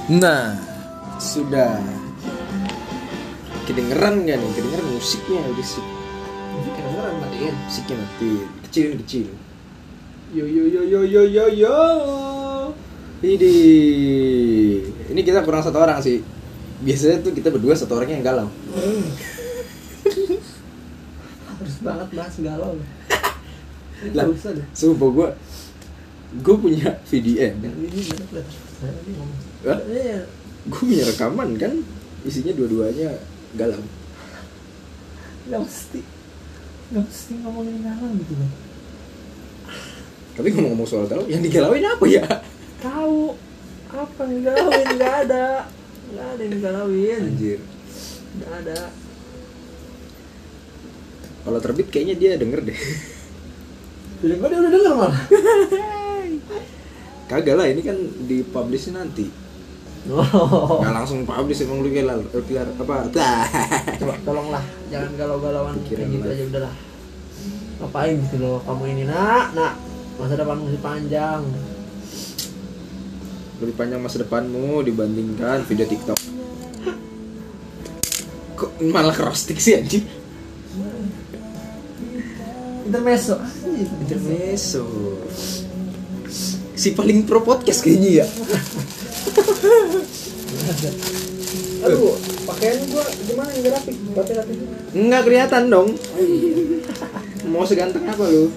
Nah, sudah. Kedengeran gak nih? Kedengeran musiknya berisik. Kedengeran matiin. Musiknya mati. Kecil. Yo. Ini kita kurang satu orang sih. Biasanya tuh kita berdua satu orangnya yang galau. Harus banget bahas galau. Lah, sumpah gue punya VDM. Gue punya rekaman kan, isinya dua-duanya galau. Gak mesti ngomongin galau gitu loh. Tapi ngomong-ngomong soal galau, yang digalauin apa ya? Tahu apa yang galauin? Gak ada yang galauin. Anjir. Gak ada. Kalau terbit kayaknya dia denger deh. Jadi gue dia udah denger malah. Kagak lah, ini kan dipublish nanti. Oh. Nggak langsung publish, emang lu kayak apa? Coba tolonglah, jangan galau-galauan kayak gitu aja udahlah. Ngapain gitu loh kamu ini nak? Masa depan masih panjang. Lebih panjang masa depanmu dibandingkan video TikTok. Kok malah kerostik sih anjing? Intermezzo. Si paling pro podcast kayaknya ya. Aduh, pakaian gua gimana yang rapi? Rapi. Nggak kelihatan dong. Mau seganteng apa lu?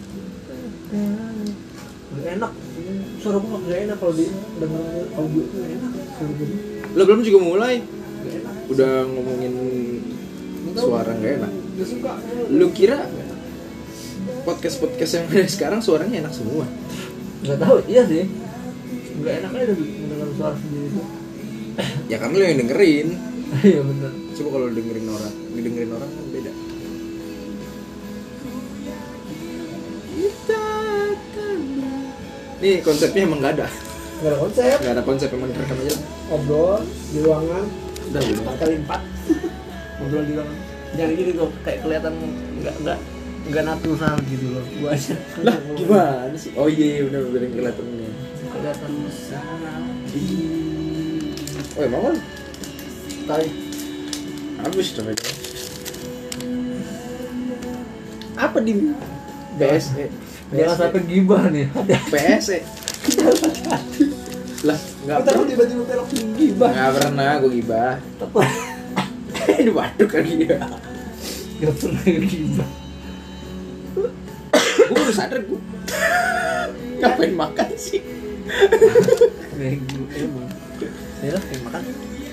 Enak. Suara gua gak enak kalau di denger audio itu enak. Lo belum juga mulai. Gak enak. Udah ngomongin suara nggak enak. Gak suka. Lu kira podcast yang ada sekarang suaranya enak semua? Gak tahu, iya sih. Gak enak aja mendengar suara sendiri itu. Ya kan lu yang dengerin. Iya benar. Coba kalau didengerin orang kan beda. Nih konsepnya emang gak ada. Gak ada konsep. Gak ada konsep, emang direkam aja. Ngobrol di ruangan. Udah 4x4. Ngobrol di ruangan. Jangan gini tuh, kayak kelihatan nggak natural gitu loh. Gua aja. Lah gimana sih? Oh iya benar yang kelihatannya. Kelihatan besar. Oh emang kan? Tadi Habis dong itu. Apa di PSE? jangan sampai gibah nih. PSE. Lah nggak Kita pernah. tiba-tiba belok gibah. Nggak pernah gue gibah. Ini waduk kali ya. Gak pernah gibah. Gue baru sadar gue. Ngapain makan sih? Emang. Ya lah, kayak makan.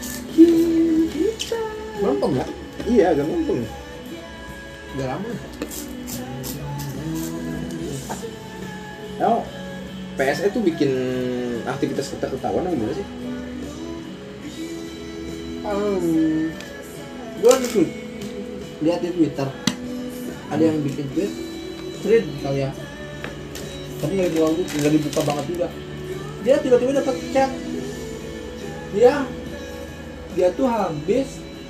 Lempeng nggak? Iya agak mumpung. Gak lama. Oh, PSE tuh bikin aktivitas kita ketahuan apa gimana sih? Gue lihat di Twitter ada yang bikin thread kali ya, tapi nggak dibuka banget juga. Dia tiba-tiba dapat chat, dia tuh habis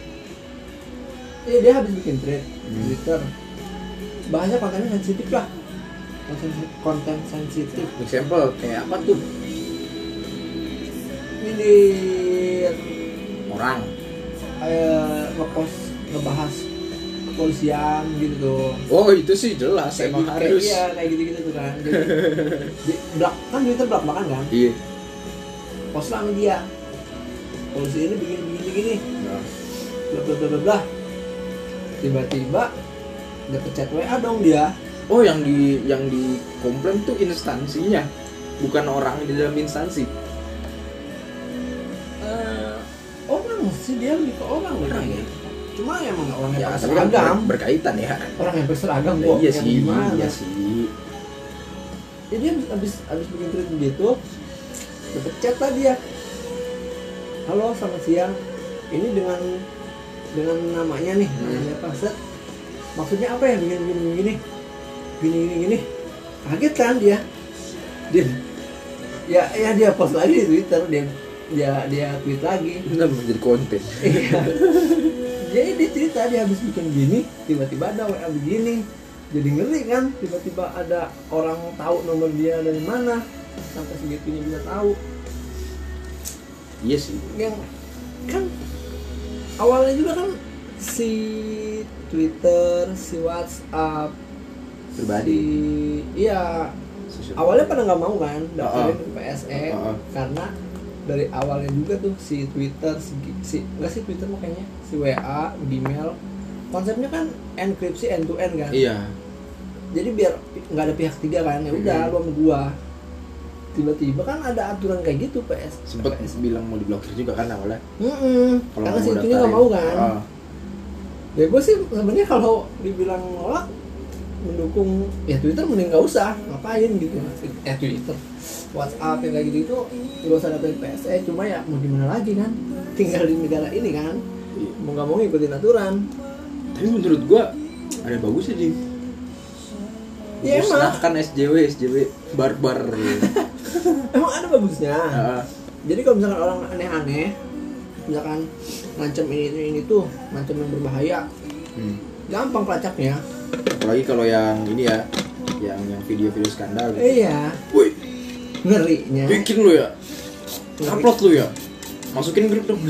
bikin thread di Twitter, bahasnya kontennya sensitif lah, konten sensitif. Example kayak apa tuh? Ini Orang. ngepost ngebahas kepolisian gitu tuh. Oh itu sih jelas emang harus. Kayak gitu tuh kan. Jadi kan Twitter belak-belakan kan. Iya. Post lah sama dia. Polisi ini begini. Nah. Bla. Tiba-tiba dapet chat WA dong dia. Oh yang di komplain tuh instansinya, bukan orang di dalam instansi. Orang sih dia lebih ke orang Ya. Cuma emang orang Ya yang tapi kan berseragam. berkaitan ya. Orang yang berseragam Nah, kok. iya yang sih. gimana? Iya sih. Ya dia abis bikin tweet begitu, dapet chat lah dia. Halo selamat siang, ini dengan namanya nih, namanya apa? Set. Maksudnya apa ya begini kaget kan dia dia post lagi di Twitter, dia tweet lagi. Nggak menjadi konten. Iya. Jadi dia cerita dia habis bikin gini, tiba-tiba ada WA begini. Jadi ngeri kan, tiba-tiba ada orang tahu nomor dia dari mana, sampai segitunya bisa tahu. Iya sih. Yang kan awalnya juga kan si Twitter, si WhatsApp, Pribadi. iya Sosial awalnya media. pada nggak mau kan daftarin ke PSE Heeh. karena dari awalnya juga tuh si Twitter nggak sih Twitter makanya si WA, Gmail konsepnya kan enkripsi end to end kan. Iya. Jadi biar nggak ada pihak tiga kan, ya udah lu sama gua. Tiba-tiba kan ada aturan kayak gitu Sempet bilang mau diblokir juga kan awalnya. Kalau Karena nggak si mau itunya nggak daftarin. mau kan. Heeh. Ya gue sih sebenarnya kalau dibilang nolak mendukung ya Twitter mending nggak usah ngapain gitu. Twitter, WhatsApp yang kayak gitu itu nggak usah daftarin PSE. Cuma ya mau gimana lagi kan, tinggal di negara ini kan, Iya. mau nggak mau ngikutin aturan. Tapi menurut gua ada bagusnya sih. Ya emang. Musnahkan SJW barbar. Emang ada bagusnya. Heeh. Jadi kalau misalkan orang aneh-aneh, misalkan ngancem ini tuh, ngancem yang berbahaya, gampang pelacaknya. Apalagi kalau yang ini ya, yang video-video skandal gitu. Iya, Woi, ngerinya. bikin lu ya, upload lu ya, masukin grup dong.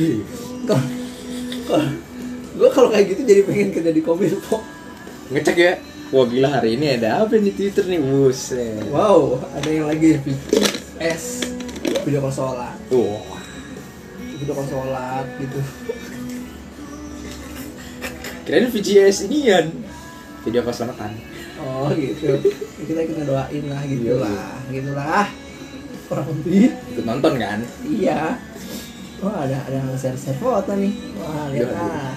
Gue kalau kayak gitu jadi pengen kerja di Kominfo. Ngecek ya. Wah gila, hari ini ada apa di Twitter nih, buset. Wow, ada yang lagi video call sholat, Wah, video call sholat gitu. kirain VGS inian, video call selamatan. Oh gitu. Kita doain lah gitulah. Kurang lebih. Ikut nonton kan? Iya. Wah ada yang share foto nih. Wah lihat Iya, lah.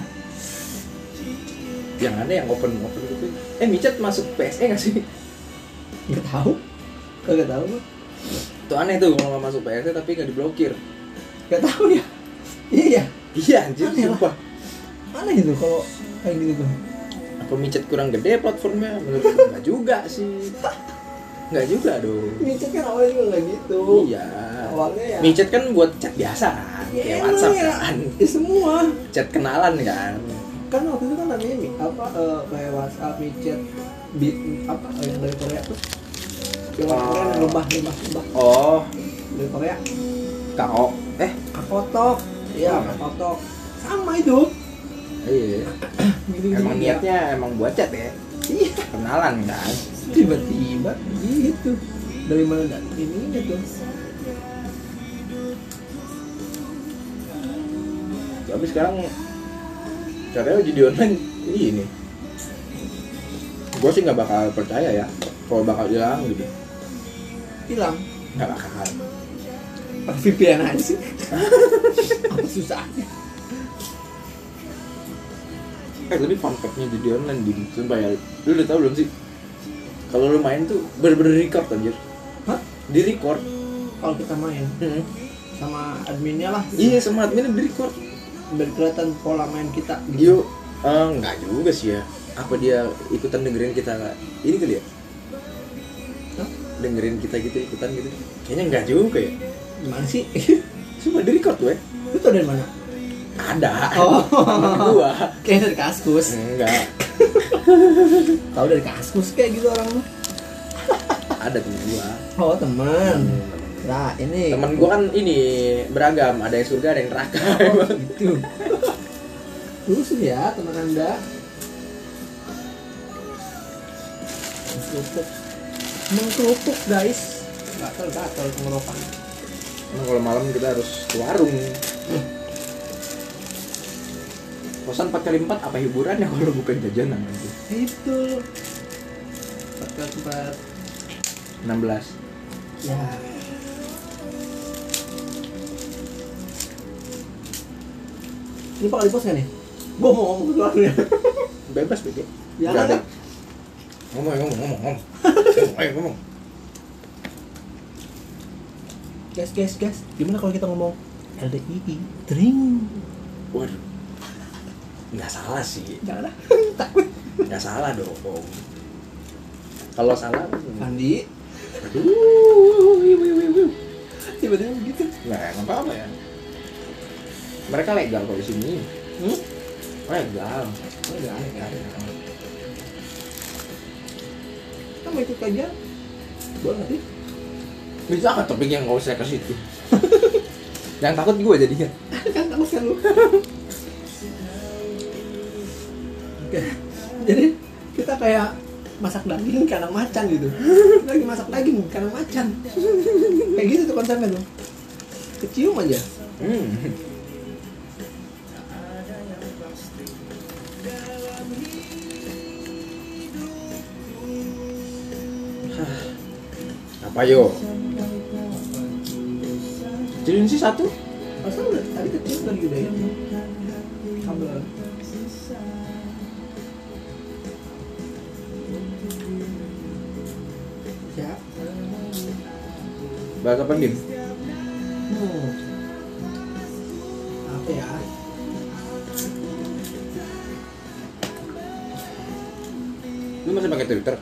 Yang aneh yang open gitu. Micet masuk PSE nggak sih? Nggak tahu. Kagak tahu gua. Itu aneh tuh kalau nggak masuk PSE tapi nggak diblokir. Nggak tahu ya. Iya. Iya anjir, Aneh lah. sumpah. Aneh gitu kalau kayak gitu tuh. Apa micet kurang gede platformnya? Menurut gue nggak juga sih. Nggak juga dong. Micet kan awalnya juga nggak gitu. Iya. Awalnya ya. Micet kan buat chat biasa kan, Ya, kayak emang WhatsApp ya. kan. Ya semua. Chat kenalan kan. Kan waktu itu kan namanya kayak WhatsApp, Micet, yang dari Korea tuh. Yang Korea yang lembah. Oh, Dari Korea. KO. Kakotok. Iya, Oh. Kakotok. Sama itu. Iya. Gitu-gitu Emang juga. niatnya emang buat chat ya. Iya. Kenalan kan. Tiba-tiba gitu. Dari mana ininya tuh? Tapi sekarang caranya uji di online ini. Gue sih nggak bakal percaya ya. Kalau bakal hilang gitu. Hilang. Nggak bakal. Pakai VPN aja sih. Apa susahnya? Tapi fun fact-nya jadi online di sumpah ya. Lu udah tahu belum sih? Kalau lu main tuh bener-bener record anjir. Hah? Di record. Kalau kita main sama adminnya lah. Iya, sama adminnya di record. Biar kelihatan pola main kita gitu. Yuk, enggak juga sih ya. Apa dia ikutan dengerin kita ini kali ya? Hah? Dengerin kita gitu ikutan gitu. Kayaknya enggak juga ya. Gimana sih? Cuma di record tuh ya. Lu tau dari mana? Ada. Oh. Temen gua. Kayak dari Kaskus. Enggak. Tahu dari Kaskus kayak gitu orang mah. Ada temen gua. Oh, teman. Nah, ini Temen gua kan ini beragam, ada yang surga, ada yang neraka. oh, gitu. Lurus ya teman Anda. Mengkerupuk guys. Gatal tenggorokan. Emang kalau malam kita harus ke warung. Kosan 4x4 apa hiburannya kalau bukan jajanan nanti? Itu 4x4 16. ya. Ini bakal di-post gak nih? Gua mau ngomong sesuatu ya. Bebas BG. Ya Nggak ada. kan? Ngomong. Ayo ngomong. Guys. Gimana kalau kita ngomong LDII? Drink. Waduh. Nggak salah sih. Jangan lah. Takut. Nggak salah dong. Kalau salah, Andi. aduh. Tiba-tiba begitu. Nggak apa-apa ya. Mereka legal kok di sini. Legal. Oh, ya. Kita mau ikut kajian? Boleh nggak sih? Bisa nggak topik yang nggak usah ke situ? Yang takut gue jadinya. Kan takut kan lu. Oke. Jadi kita kayak masak daging kandang macan gitu. Lagi masak daging kandang macan. Kayak gitu tuh konsepnya tuh. Kecium aja. Apa yo? Kecilin sih satu. Masa udah tadi kecium tadi gedein. Sambal. Siap. Bahas apa Dim? Apa ya? Lu masih pakai Twitter?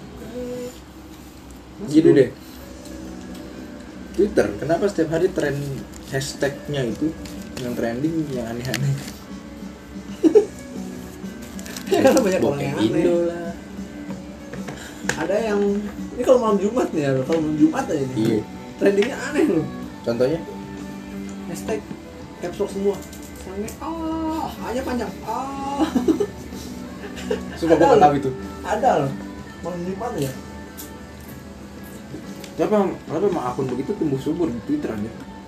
Gini deh. Twitter, kenapa setiap hari tren hashtagnya itu yang trending yang aneh-aneh? Karena banyak orang Bokeh yang aneh. Indo lah. Ada yang ini kalau malam Jumat nih ya, kalau malam Jumat aja nih. Iya. Trendingnya aneh loh. Contohnya? Hashtag caps lock semua. Sange hanya panjang. Sumpah gue Ada nggak tahu loh. itu. Ada loh. Malam Jumat ya. Kenapa emang akun begitu tumbuh subur di Twitter aja?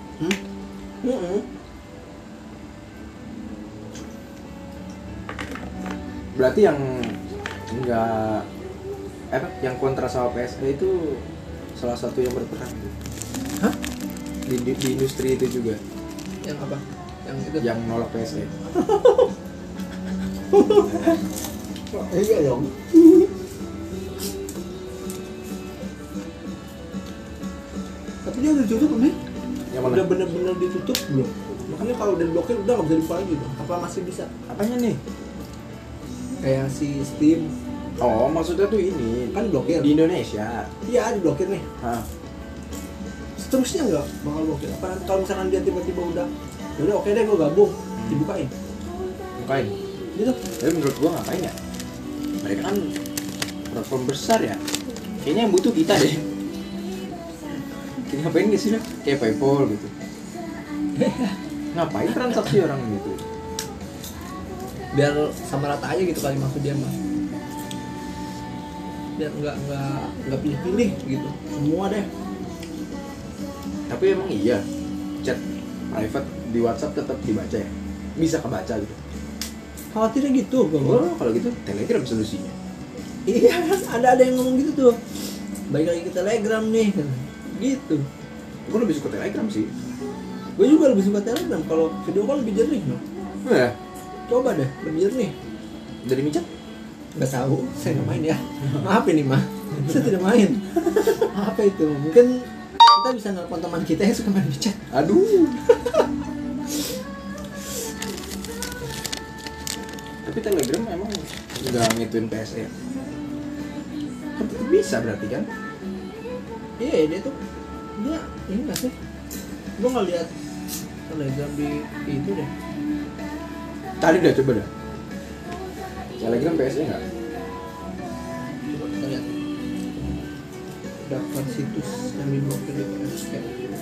Berarti yang enggak yang kontra sama PSE itu salah satu yang berperan. Hah? Di industri itu juga Yang apa? Yang itu. yang nolak PSE. Iya dong. Tapi dia udah ditutup nih. Yang mana? Udah bener-bener ditutup belum? Makanya kalau udah diblokir udah nggak bisa dibuka lagi dong. Apa masih bisa? Apanya nih? Kayak si Steam Oh, maksudnya tuh ini kan blokir. di Indonesia. Iya diblokir nih. Hah. Seterusnya nggak bakal blokir. Apa nanti kalau misalkan dia tiba-tiba udah oke deh gue gabung, dibukain. Bukain. Gitu. Tapi menurut gua ngapain ya? Mereka kan platform besar ya. Kayaknya yang butuh kita deh. Kayak ngapain gak sih lah? Kayak PayPal gitu. Ngapain transaksi orang gitu? Biar sama rata aja gitu kali maksud dia mah. Biar nggak pilih-pilih gitu. Semua deh. Tapi emang iya, chat private di WhatsApp tetap dibaca ya? Bisa kebaca gitu. Khawatirnya gitu gue. Oh, kalau gitu Telegram solusinya. Iya, ada yang ngomong gitu tuh. Baik lagi ke Telegram nih. Gitu. Gue lebih suka Telegram sih. Gue juga lebih suka Telegram. Kalau video call lebih jernih loh. Ya, Coba deh, lebih jernih. dari micet? Gak tahu, saya nggak main ya. Maaf ini mah, saya tidak main. Apa itu? Mungkin kita bisa nelpon teman kita yang suka main chat. Aduh. Tapi Telegram emang nggak ngituin PSE. Kan tetap bisa berarti kan? Iya, dia ini nggak sih? Gue nggak lihat Telegram di itu deh. Tadi udah coba dah. Telegram PSE nggak? Coba kita lihat. Daftar situs yang diblokir di PSE.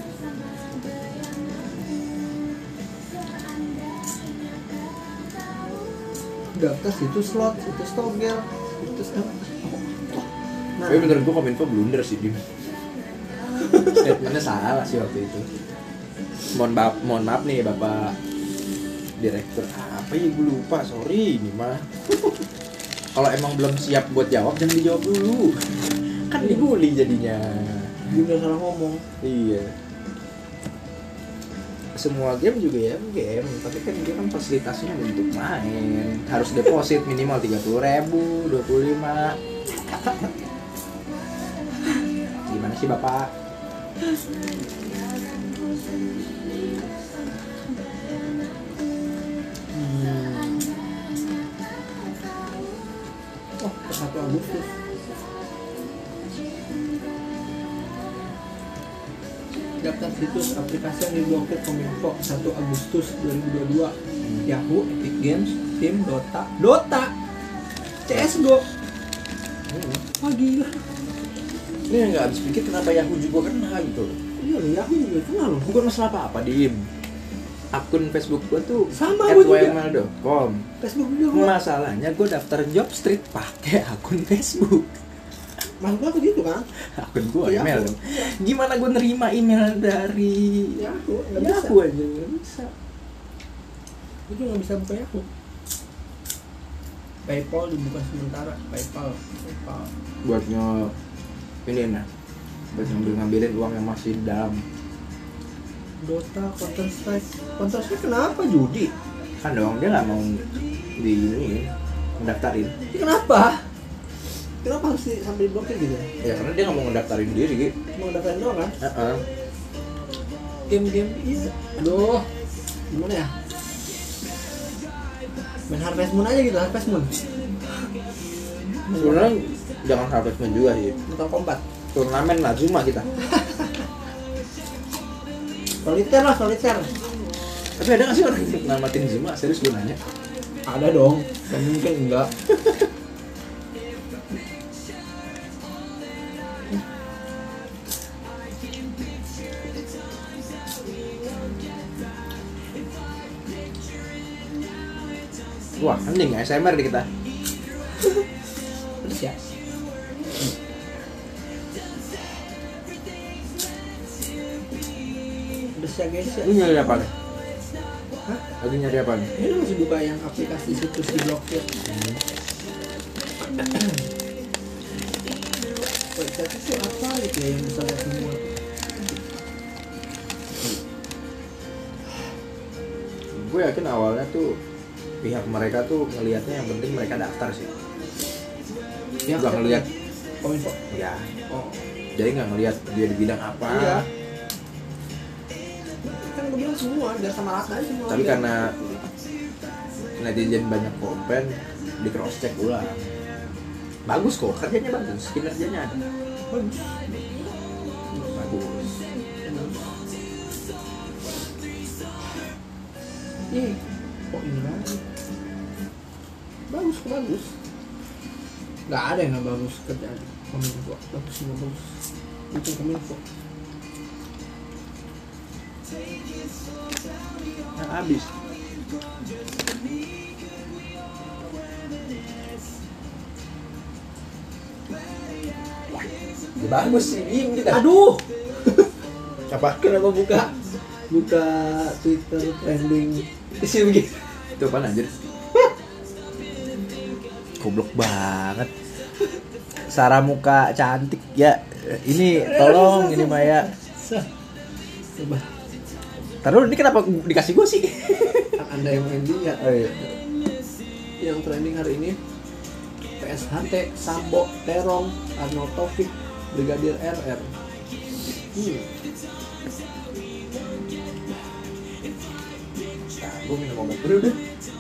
Daftar situs slot, situs togel, situs apa? Nah, Tapi menurut gua Kominfo blunder sih Dim. Statementnya salah sih waktu itu. Mohon maaf nih Bapak Direktur. Apa ya gue lupa, sorry ini mah. Kalau emang belum siap buat jawab jangan dijawab dulu. Kan dibully jadinya. dia udah salah ngomong. Iya. Semua game juga ya game, tapi kan dia kan fasilitasnya untuk main. Harus deposit minimal 30.000, 25. Gimana sih Bapak? Oh, ke 1 Agustus. Daftar situs aplikasi yang diblokir Kominfo 1 Agustus 2022. Yahoo, Epic Games, Steam, Dota, CS:GO. Wah gila. Ini yang nggak habis pikir kenapa Yahoo juga kena gitu loh. Iya loh, Yahoo juga kenal loh. Bukan masalah apa-apa, Dim. akun Facebook gue tuh Sama gua juga. @yml.com. Facebook juga. Masalahnya gue daftar job street pakai akun Facebook. Maksud gua tuh gitu kan? Akun gue Iya, email aku. dong. Gimana gue nerima email dari Ya aku nggak bisa. Yahoo aja nggak bisa. Gue juga nggak bisa buka Yahoo. PayPal dibuka sementara. PayPal. Buatnya ini nah, buat ngambilin uang yang masih di dalam. Dota, Counter Strike kenapa judi? Kan dong dia nggak mau di ini mendaftarin. Ini kenapa? Kenapa harus sampai diblokir gitu? Ya karena dia nggak mau mendaftarin diri gitu. Mau daftarin doang kan? Heeh. Game-game iya. Aduh, gimana ya? Main Harvest Moon aja gitu, Harvest Moon. Sebenarnya jangan Harvest Moon juga sih. Atau Kombat. Turnamen lah cuma kita. Soliter lah, soliter. Tapi ada nggak sih orang yang namatin Zuma? Serius gue nanya. Ada dong, kan mungkin enggak. Wah, anjing ASMR di kita. Terus ya. Terus ya guys ya. Lu nyari apa nih? Hah? Lagi nyari apa nih? Ini masih buka yang aplikasi situs diblokir. Website itu apa gitu ya yang bisa lihat semua. Gue yakin awalnya tuh pihak mereka tuh ngelihatnya yang penting mereka daftar sih. Ya, Gak ngelihat, Kominfo. ya. Oh. Jadi nggak ngelihat dia di bidang apa. Iya. Kan gue bilang semua ada sama rata semua. Tapi ada. karena netizen banyak komplain, di cross check ulang. Bagus kok, kerjanya bagus, kinerjanya ada. bagus. Bagus. Ih, kok ini lagi? Bagus kok bagus. Gak ada yang gak bagus kerjaan Kominfo. Bagus semua bagus. Itu Kominfo. Nah, habis. Ya, bagus sih, diem kita. Aduh, Apa? kenapa buka Twitter trending isi begitu? Itu apaan anjir? Goblok banget. Sarah muka cantik ya. Ini tolong ini Maya. Coba, Taruh ini kenapa dikasih gue sih? kan anda yang main dia. Oh, iya. Yang trending hari ini PSHT, Sambo, Terong, Arnold Taufik, Brigadir RR. Nah, gue minum obat dulu deh.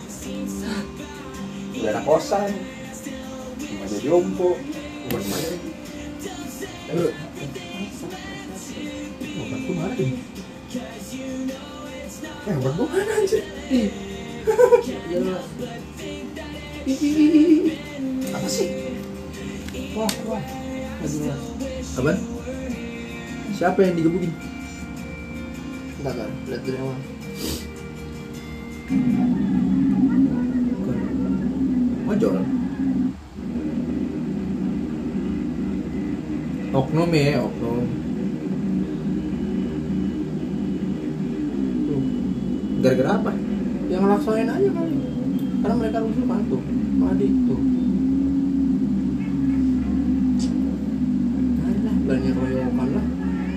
Udah anak kosan. Cuma jadi jompo. Obat mana nih? Obat gue mana nih? Obat gue mana anjir? Ih, jelas. Ih. Apa sih? Wah, nggak jelas. Apaan? Siapa yang digebukin? Enggak, lihat dari awal. Ojol. Oknum ya, oknum. Tuh, Gara-gara apa? yang ngelaksonin aja kali. Karena mereka rusuh kan tuh. Madi tuh. Nah, lah, berani royokan lah.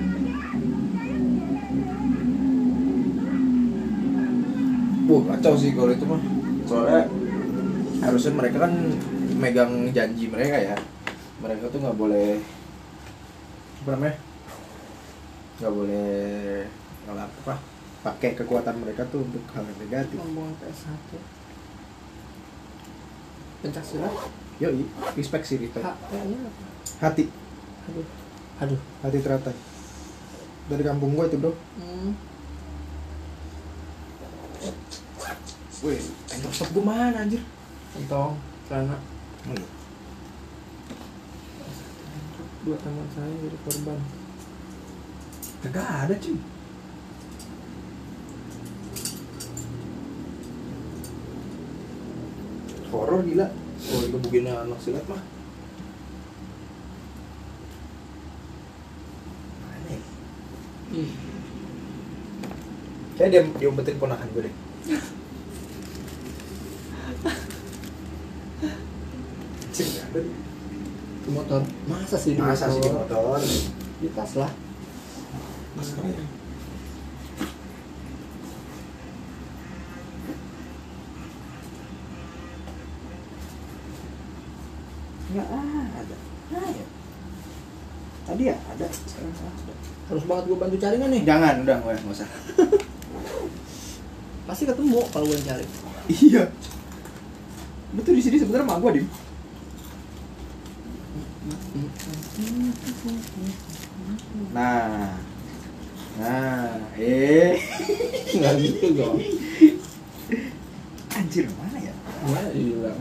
Wah, kacau sih kalau itu mah. Soalnya harusnya mereka kan megang janji mereka ya. Mereka tuh nggak boleh apa namanya? Nggak boleh apa? Pakai kekuatan mereka tuh untuk hal yang negatif. Ngomong PS1. Pencaksilat. Yoi, respect sih, respect. HT-nya apa? Hati, Aduh. hati teratai. Dari kampung gue itu bro. Wih, entok stop gue mana anjir? Entong, celana. Oh, iya. Dua teman saya jadi korban. Kagak ada cuy. horor gila. Kalau digebukin anak silat mah. Aneh. Kayak dia diumpetin ponakan gue deh. Cing, ada di Di motor. Masa sih di masa sih di motor? Di tas lah. Nggak ada. Nah, ya. Tadi ya ada, sekarang nggak ada. Harus banget gue bantu cari nggak nih? Jangan, udah nggak usah. Pasti ketemu kalau gue cari. Iya. Betul di sini sebenarnya mak gua dim. Nah, Nggak gitu dong. anjir mana ya? Gimana dibilang?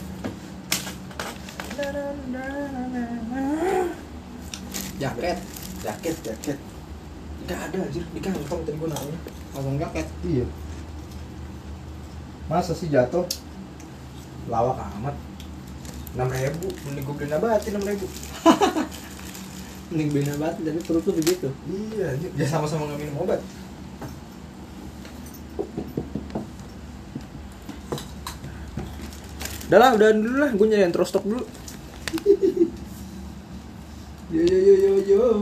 Jaket. Jaket. Nggak ada anjir di kantong tadi gua nanya. Pasang jaket. Iya. Masa sih jatuh? Lawak amat. 6.000, mending gue beli nabati 6.000. Mending beli nabati tapi perut tuh begitu. Iya, anjir. Ya sama-sama nggak minum obat. Udah dulu lah, gue nyari yang terus stok dulu. Yo.